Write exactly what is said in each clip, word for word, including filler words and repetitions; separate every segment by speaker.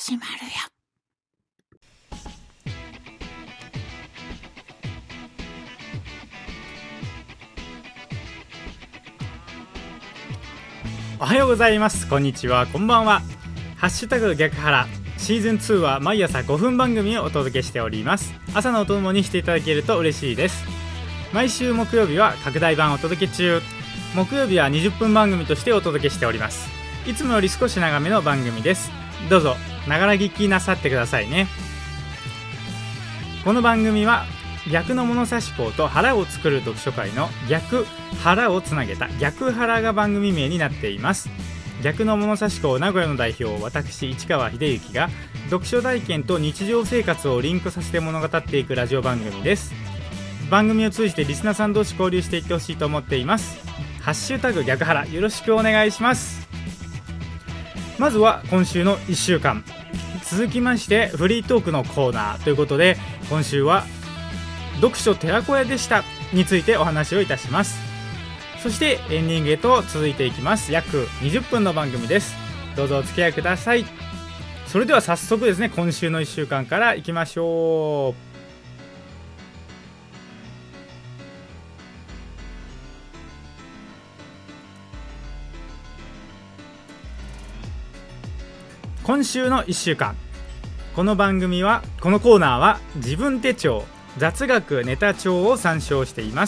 Speaker 1: 始まるよ。おはようございます。こんにちは、こんばんは。ハッシュタグ逆腹シーズンツーは毎朝ごふん番組をお届けしております。朝のお供にしていただけると嬉しいです。毎週木曜日は拡大版をお届け中。木曜日はにじゅっぷん番組としてお届けしております。いつもより少し長めの番組です。どうぞながら聞きなさってくださいね。この番組は逆の物差し校と腹を作る読書会の逆腹をつなげた逆腹が番組名になっています。逆の物差し校名古屋の代表、私市川秀幸が読書体験と日常生活をリンクさせて物語っていくラジオ番組です。番組を通じてリスナーさん同士交流していってほしいと思っています。ハッシュタグ逆腹よろしくお願いします。まずは今週のいっしゅうかん、続きましてフリートークのコーナーということで、今週は読書寺子屋でしたについてお話をいたします。そしてエンディングへと続いていきます。約にじゅっぷんの番組です。どうぞお付き合いください。それでは早速ですね、今週のいっしゅうかんからいきましょう。今週のいっしゅうかん、この番組はこのコーナーは自分手帳雑学ネタ帳を参照しています。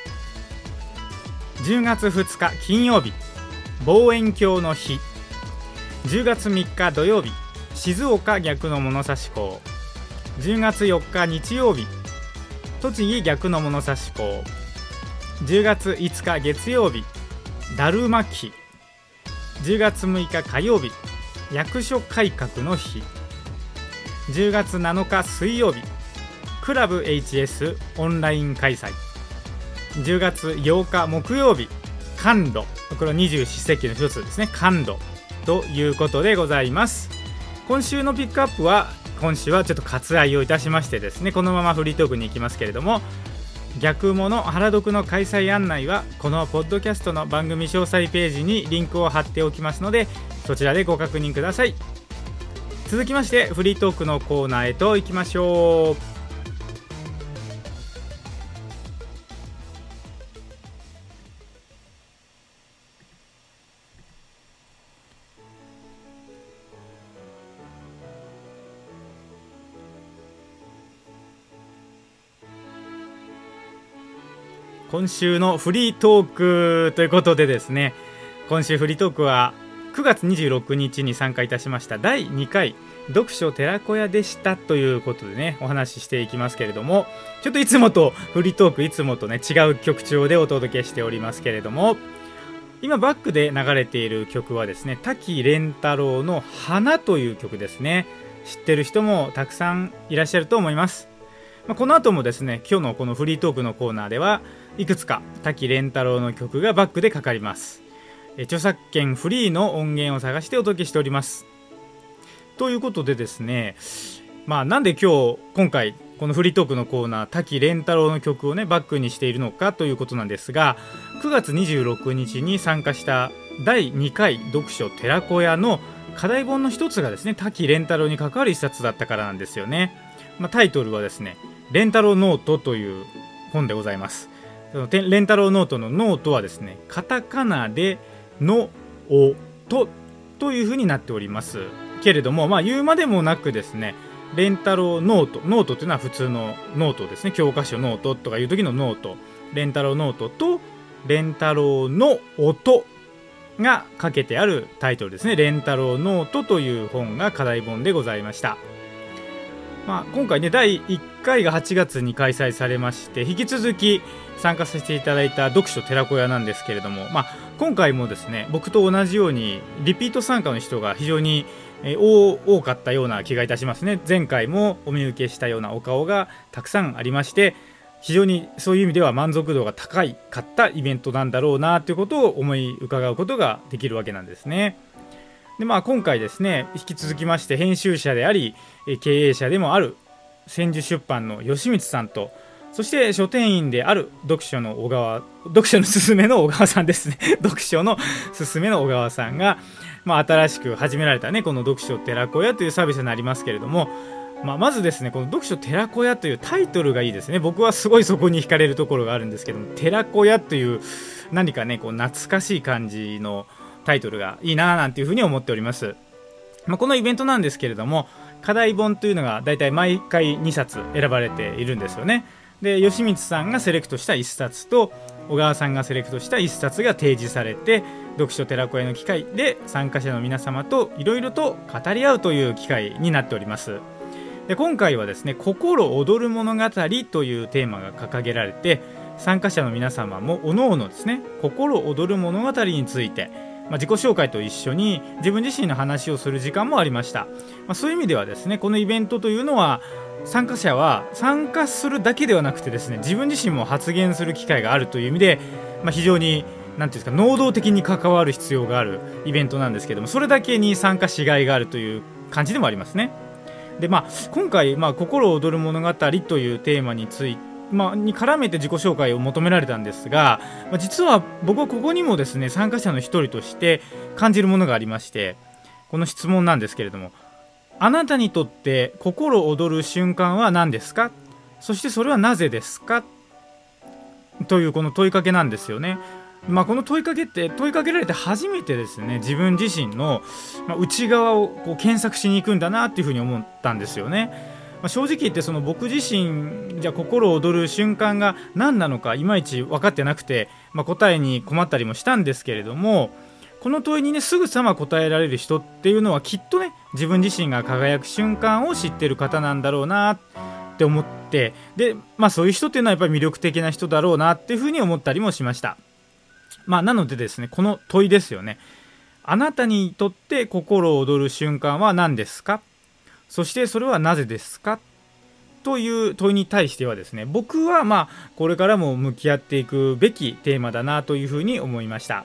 Speaker 1: じゅうがつふつか金曜日、望遠鏡の日。じゅうがつみっか土曜日、静岡逆の物差し校。じゅうがつよっか日曜日、栃木逆の物差し校。じゅうがついつか月曜日、だるま期。じゅうがつむいか火曜日、役所改革の日。じゅうがつなのか水曜日、クラブ エイチエス オンライン開催。じゅうがつようか木曜日、甘露。これは二十四節気の一つですね、甘露ということでございます。今週のピックアップは、今週はちょっと割愛をいたしましてですね、このままフリートークに行きますけれども、逆物腹読の開催案内はこのポッドキャストの番組詳細ページにリンクを貼っておきますので、そちらでご確認ください。続きましてフリートークのコーナーへと行きましょう。今週のフリートークということでですね、今週フリートークはくがつにじゅうろくにちに参加いたしましただいにかい読書寺子屋でしたということでね、お話ししていきますけれども、ちょっといつもとフリートークいつもとね違う曲調でお届けしておりますけれども、今バックで流れている曲はですね、滝廉太郎の花という曲ですね。知ってる人もたくさんいらっしゃると思います。まあ、この後もですね、今日のこのフリートークのコーナーではいくつか滝廉太郎の曲がバックでかかります。著作権フリーの音源を探してお届けしております。ということでですね、まあなんで今日今回このフリートークのコーナー滝廉太郎の曲をねバックにしているのかということなんですが、くがつにじゅうろくにちに参加しただいにかい読書寺子屋の課題本の一つがですね、滝廉太郎に関わる一冊だったからなんですよね。まあ、タイトルはですね、廉太郎ノートという本でございます。廉太郎ノートのノートはですね、カタカナでのおとという風になっておりますけれども、まあ言うまでもなくですね、廉太郎ノート、ノートというのは普通のノートですね、教科書ノートとかいう時のノート、廉太郎ノートと廉太郎の音がかけてあるタイトルですね。廉太郎ノートという本が課題本でございました。まあ、今回ねだいいっかいがはちがつに開催されまして、引き続き参加させていただいた読書寺子屋なんですけれども、まあ、今回もですね僕と同じようにリピート参加の人が非常に多かったような気がいたしますね。前回もお見受けしたようなお顔がたくさんありまして、非常にそういう意味では満足度が高いかったイベントなんだろうなということを思い伺うことができるわけなんですね。でまあ、今回ですね、引き続きまして編集者であり経営者でもある千住出版の吉光さんとそして書店員である読書の小川読書のすすめの小川さんですね読書のすすめの小川さんが、まあ、新しく始められたねこの読書寺子屋というサービスになりますけれども、まあ、まずですねこの読書寺子屋というタイトルがいいですね。僕はすごいそこに惹かれるところがあるんですけども、寺子屋という何かねこう懐かしい感じのタイトルがいいななんていうふうに思っております。まあ、このイベントなんですけれども、課題本というのがだいたい毎回にさつ選ばれているんですよね。で吉光さんがセレクトしたいっさつと小川さんがセレクトしたいっさつが提示されて、読書寺子屋の機会で参加者の皆様といろいろと語り合うという機会になっております。で今回はですね心躍る物語というテーマが掲げられて、参加者の皆様もおのおのですね心躍る物語について、まあ、自己紹介と一緒に自分自身の話をする時間もありました。まあ、そういう意味ではですねこのイベントというのは参加者は参加するだけではなくてですね自分自身も発言する機会があるという意味で、まあ、非常に何ていうんですか能動的に関わる必要があるイベントなんですけども、それだけに参加しがいがあるという感じでもありますね。で、まあ、今回、まあ、心躍る物語というテーマについてまあ、に絡めて自己紹介を求められたんですが、まあ、実は僕はここにもですね参加者の一人として感じるものがありまして、この質問なんですけれども、あなたにとって心躍る瞬間は何ですか、そしてそれはなぜですかというこの問いかけなんですよね。まあ、この問いかけって問いかけられて初めてですね自分自身の内側をこう検索しに行くんだなっていうふうに思ったんですよね。まあ、正直言ってその僕自身じゃ心躍る瞬間が何なのかいまいち分かってなくて、まあ、答えに困ったりもしたんですけれども、この問いにねすぐさま答えられる人っていうのはきっとね自分自身が輝く瞬間を知ってる方なんだろうなって思って、で、まあ、そういう人っていうのはやっぱり魅力的な人だろうなっていうふうに思ったりもしました。まあ、なのでですねこの問いですよね。あなたにとって心躍る瞬間は何ですか、そしてそれはなぜですかという問いに対してはですね、僕はまあこれからも向き合っていくべきテーマだなというふうに思いました。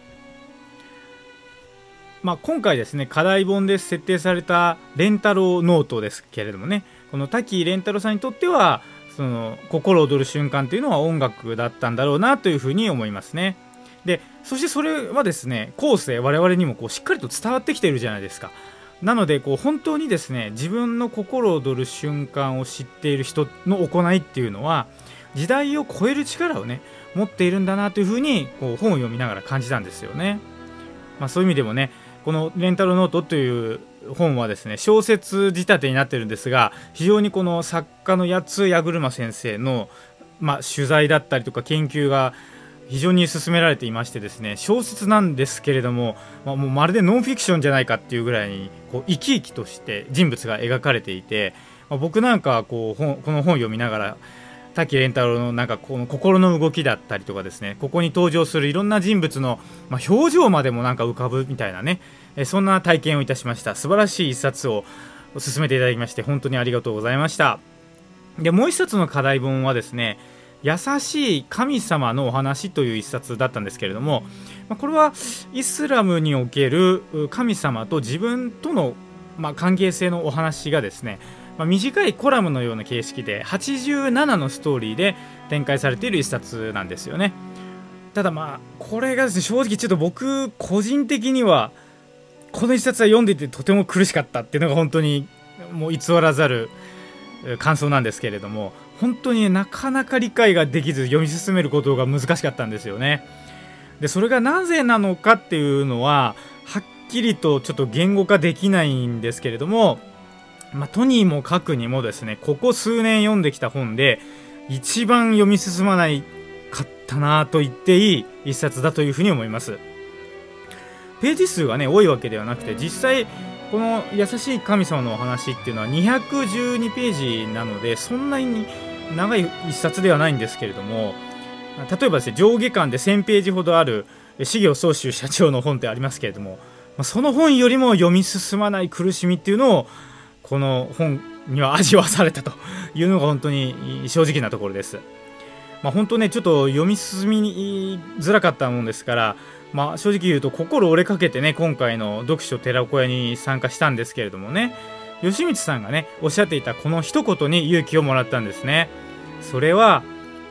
Speaker 1: まあ、今回ですね課題本で設定されたレンタロウノートですけれどもね、この滝レンタロウさんにとってはその心躍る瞬間というのは音楽だったんだろうなというふうに思いますね。でそしてそれはですね後世我々にもこうしっかりと伝わってきているじゃないですか。なのでこう本当にですね自分の心躍る瞬間を知っている人の行いっていうのは時代を超える力をね持っているんだなというふうにこう本を読みながら感じたんですよね。まあ、そういう意味でもねこのレンタルノートという本はですね小説仕立てになってるんですが、非常にこの作家の八津矢車先生の、まあ、取材だったりとか研究が非常に進められていましてですね、小説なんですけれども、まあ、もうまるでノンフィクションじゃないかっていうぐらいにこう生き生きとして人物が描かれていて、まあ、僕なんかこう本この本を読みながら滝廉太郎のなんかこの心の動きだったりとかですね、ここに登場するいろんな人物の、まあ、表情までもなんか浮かぶみたいなね、えそんな体験をいたしました。素晴らしい一冊を進めていただきまして本当にありがとうございました。でもう一冊の課題本はですね、優しい神様のお話という一冊だったんですけれども、まあ、これはイスラムにおける神様と自分との、まあ、関係性のお話がですね、まあ、短いコラムのような形式ではちじゅうななのストーリーで展開されている一冊なんですよね。ただまあこれがですね正直ちょっと僕個人的にはこの一冊は読んでいてとても苦しかったっていうのが本当にもう偽らざる感想なんですけれども、本当に、ね、なかなか理解ができず読み進めることが難しかったんですよね。でそれがなぜなのかっていうのははっきりとちょっと言語化できないんですけれども、まあ、とにもかくにもですねここ数年読んできた本で一番読み進まないかったなと言っていい一冊だというふうに思います。ページ数がね多いわけではなくて、実際この優しい神様のお話っていうのはにひゃくじゅうにページなのでそんなに長い一冊ではないんですけれども、例えばですね上下巻でせんページほどある茂雄宗秀社長の本ってありますけれども、その本よりも読み進まない苦しみっていうのをこの本には味わわされたというのが本当に正直なところです。まあ、本当ねちょっと読み進みづらかったもんですから、まあ、正直言うと心折れかけてね今回の読書寺子屋に参加したんですけれどもね、吉光さんがねおっしゃっていたこの一言に勇気をもらったんですね。それは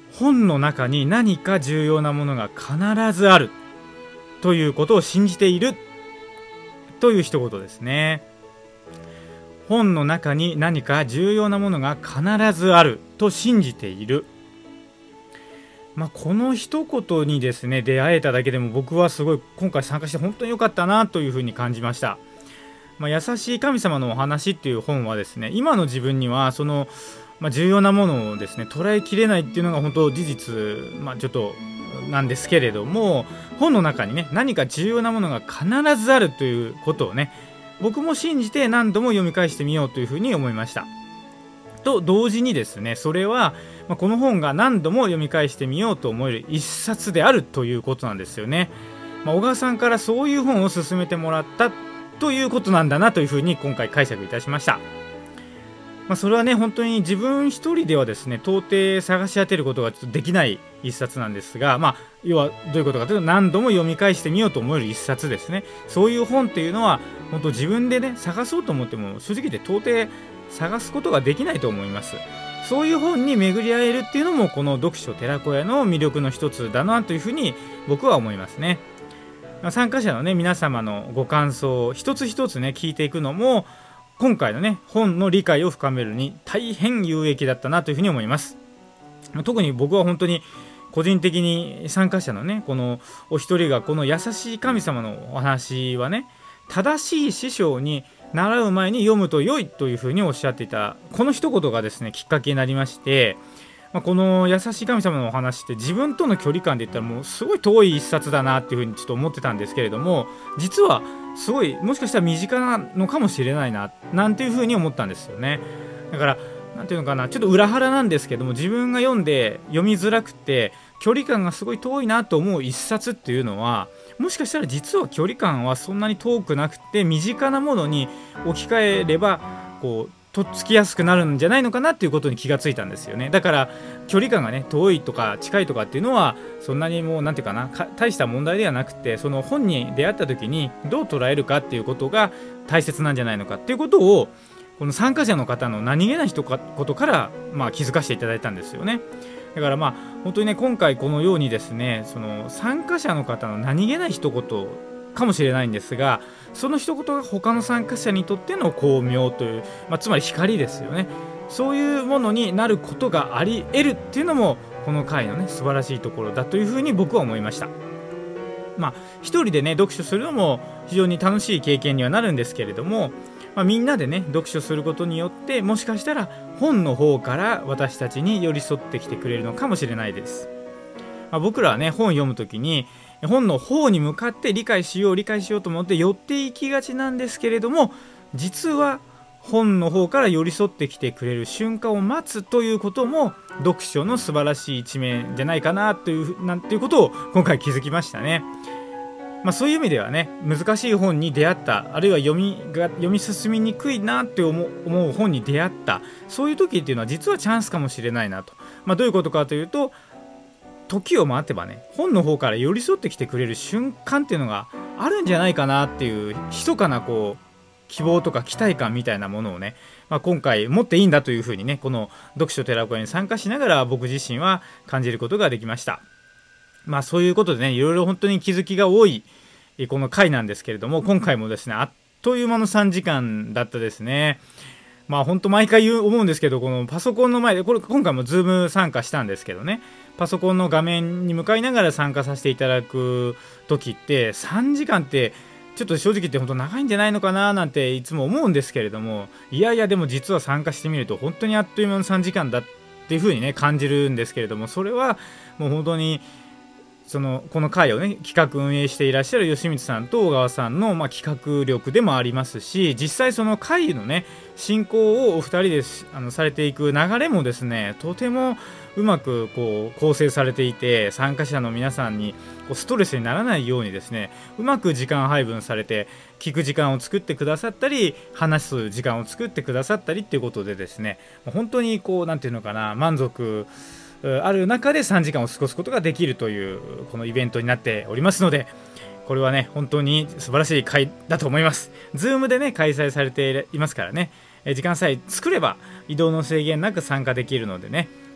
Speaker 1: 本の中に何か重要なものが必ずあるということを信じているという一言ですね。本の中に何か重要なものが必ずあると信じている。まあ、この一言にですね出会えただけでも僕はすごい今回参加して本当に良かったなというふうに感じました。まあ、優しい神様のお話っていう本はですね、今の自分にはその、まあ、重要なものをですね捉えきれないっていうのが本当事実、まあ、ちょっとなんですけれども、本の中にね何か重要なものが必ずあるということをね僕も信じて何度も読み返してみようというふうに思いました。と同時にですね、それは、まあ、この本が何度も読み返してみようと思える一冊であるということなんですよね。まあ、小川さんからそういう本を勧めてもらったということなんだなというふうに今回解釈いたしました。まあ、それはね本当に自分一人ではですね到底探し当てることがちょっとできない一冊なんですが、まあ、要はどういうことかというと何度も読み返してみようと思える一冊ですね。そういう本っていうのは本当自分でね探そうと思っても正直で到底探すことができないと思います。そういう本に巡り合えるっていうのもこの読書寺子屋の魅力の一つだなというふうに僕は思いますね。参加者のね皆様のご感想を一つ一つね聞いていくのも今回のね本の理解を深めるに大変有益だったなというふうに思います。特に僕は本当に個人的に参加者のねこのお一人がこの優しい神様のお話はね正しい師匠に習う前に読むと良いというふうにおっしゃっていたこの一言がですねきっかけになりまして、まあ、この優しい神様のお話って自分との距離感で言ったらもうすごい遠い一冊だなっていうふうにちょっと思ってたんですけれども、実はすごいもしかしたら身近なのかもしれないななんていうふうに思ったんですよね。だからなんていうのかな、ちょっと裏腹なんですけども自分が読んで読みづらくて距離感がすごい遠いなと思う一冊っていうのはもしかしたら実は距離感はそんなに遠くなくて身近なものに置き換えればこうとっつきやすくなるんじゃないのかなっていうことに気がついたんですよね。だから距離感がね遠いとか近いとかっていうのはそんなにもうなんていうかなか大した問題ではなくて、その本に出会った時にどう捉えるかっていうことが大切なんじゃないのかっていうことをこの参加者の方の何気ない一言から、まあ、気づかせていただいたんですよね。だからまあ本当にね今回このようにですねその参加者の方の何気ない一言かもしれないんですが、その一言が他の参加者にとっての光明という、まあ、つまり光ですよね。そういうものになることがあり得るっていうのもこの回のね素晴らしいところだというふうに僕は思いました。まあ一人でね読書するのも非常に楽しい経験にはなるんですけれども、まあ、みんなでね読書することによってもしかしたら本の方から私たちに寄り添ってきてくれるのかもしれないです。まあ、僕らはね本を読むときに本の方に向かって理解しよう理解しようと思って寄っていきがちなんですけれども、実は本の方から寄り添ってきてくれる瞬間を待つということも読書の素晴らしい一面じゃないかなというなんていうことを今回気づきましたね。まあ、そういう意味ではね難しい本に出会った、あるいは読みが読み進みにくいなって思う、思う本に出会った、そういう時っていうのは実はチャンスかもしれないなと。まあ、どういうことかというと時を待てばね本の方から寄り添ってきてくれる瞬間っていうのがあるんじゃないかなっていう密かなこう希望とか期待感みたいなものをね、まあ、今回持っていいんだというふうにねこの読書寺子屋に参加しながら僕自身は感じることができました。まあそういうことでねいろいろ本当に気づきが多いこの回なんですけれども、今回もですねあっという間のさんじかんだったですね。まあ本当毎回思うんですけど、このパソコンの前でこれ今回もズーム参加したんですけどね、パソコンの画面に向かいながら参加させていただく時ってさんじかんってちょっと正直言って本当長いんじゃないのかななんていつも思うんですけれども、いやいやでも実は参加してみると本当にあっという間のさんじかんだっていう風にね感じるんですけれども、それはもう本当にそのこの会をね企画運営していらっしゃる吉光さんと小川さんの、まあ、企画力でもありますし、実際その会のね進行をお二人であのされていく流れもですねとてもうまくこう構成されていて、参加者の皆さんにこうストレスにならないようにですねうまく時間配分されて聞く時間を作ってくださったり話す時間を作ってくださったりっていうことでですね本当にこうなんていうのかな満足ある中でさんじかんを過ごすことができるというこのイベントになっておりますので、これはね本当に素晴らしい会だと思います。ズームでね開催されていますからね、時間さえ作れば移動の制限なく参加できるのでね、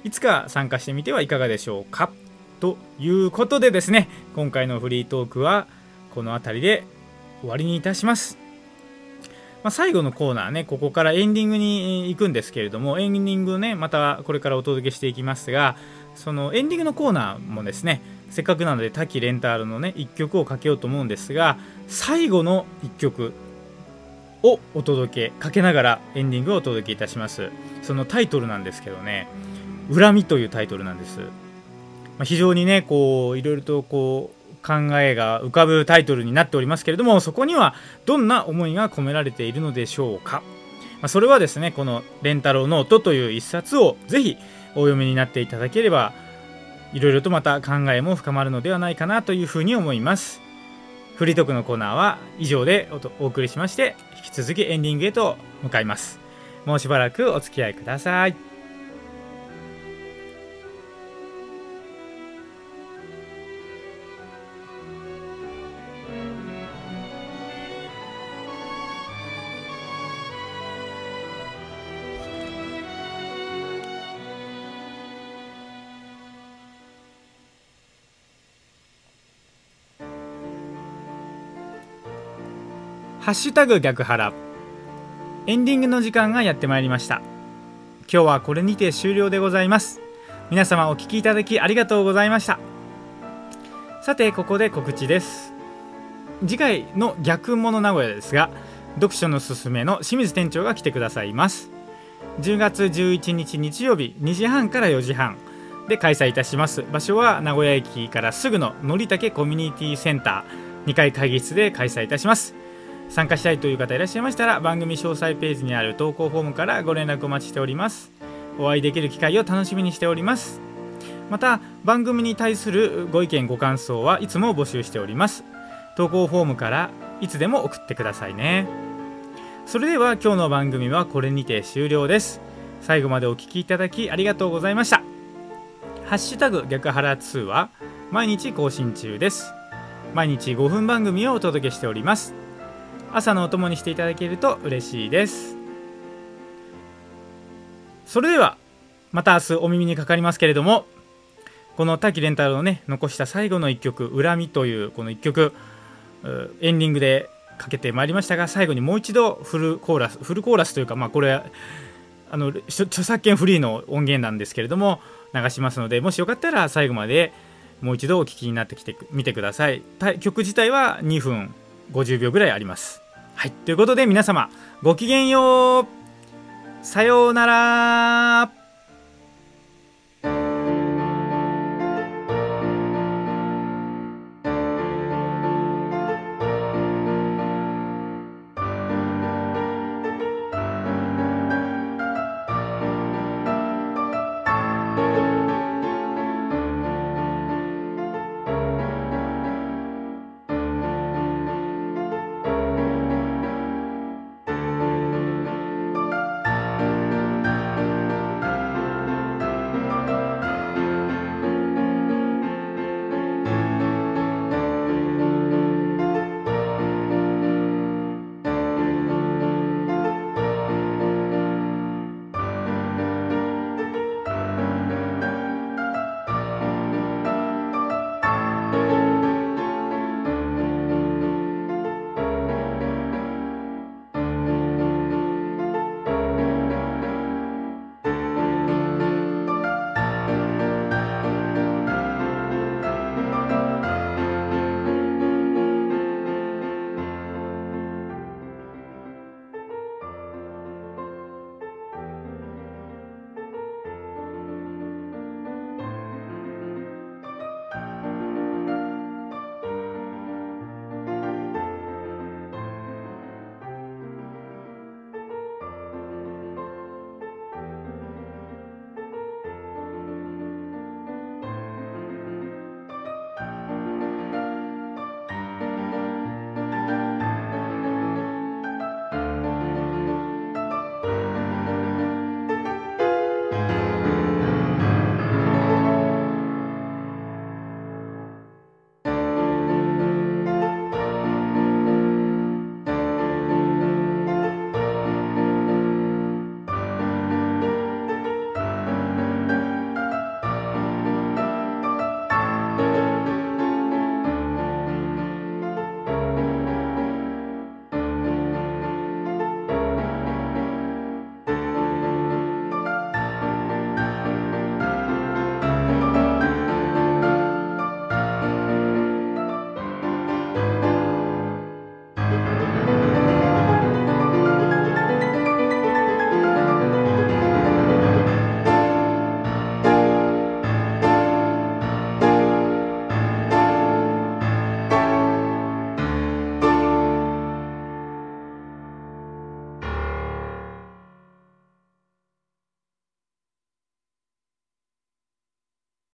Speaker 1: いつか参加してみてはいかがでしょうか。ということでですね、今回のフリートークはこの辺りで終わりにいたします。まあ、最後のコーナーね、ここからエンディングに行くんですけれども、エンディングね、またこれからお届けしていきますが、そのエンディングのコーナーもですね、せっかくなので滝レンタールのねいっきょくをかけようと思うんですが、最後のいっきょくをお届けかけながらエンディングをお届けいたします。そのタイトルなんですけどね、恨みというタイトルなんです。まあ、非常にねこういろいろとこう考えが浮かぶタイトルになっておりますけれども、そこにはどんな思いが込められているのでしょうか。まあ、それはですね、このレンタロウノートという一冊をぜひお読みになっていただければ、いろいろとまた考えも深まるのではないかなというふうに思います。フリートークのコーナーは以上で お, お送りしまして、引き続きエンディングへと向かいます。もうしばらくお付き合いください。ハッシュタグ逆腹、エンディングの時間がやってまいりました。今日はこれにて終了でございます。皆様お聞きいただきありがとうございました。さてここで告知です。次回の逆物名古屋ですが、読書のすすめの清水店長が来てくださいます。じゅうがつじゅういちにち日曜日にじはんからよじはんで開催いたします。場所は名古屋駅からすぐののりたけコミュニティセンターにかい会議室で開催いたします。参加したいという方いらっしゃいましたら、番組詳細ページにある投稿フォームからご連絡お待ちしております。お会いできる機会を楽しみにしております。また番組に対するご意見ご感想はいつも募集しております。投稿フォームからいつでも送ってくださいね。それでは今日の番組はこれにて終了です。最後までお聞きいただきありがとうございました。ハッシュタグ逆腹ツーは毎日更新中です。毎日ごふん番組をお届けしております。朝のお供にしていただけると嬉しいです。それではまた明日お耳にかかりますけれども、この滝廉太郎のね残した最後のいっきょく、恨みというこのいっきょくエンディングでかけてまいりましたが、最後にもう一度フルコーラスフルコーラスというか、まあこれあの著作権フリーの音源なんですけれども流しますので、もしよかったら最後までもう一度お聞きになってきてみてください。曲自体はにふんごじゅうびょうぐらいあります。はい、ということで皆様ごきげんよう。さようなら。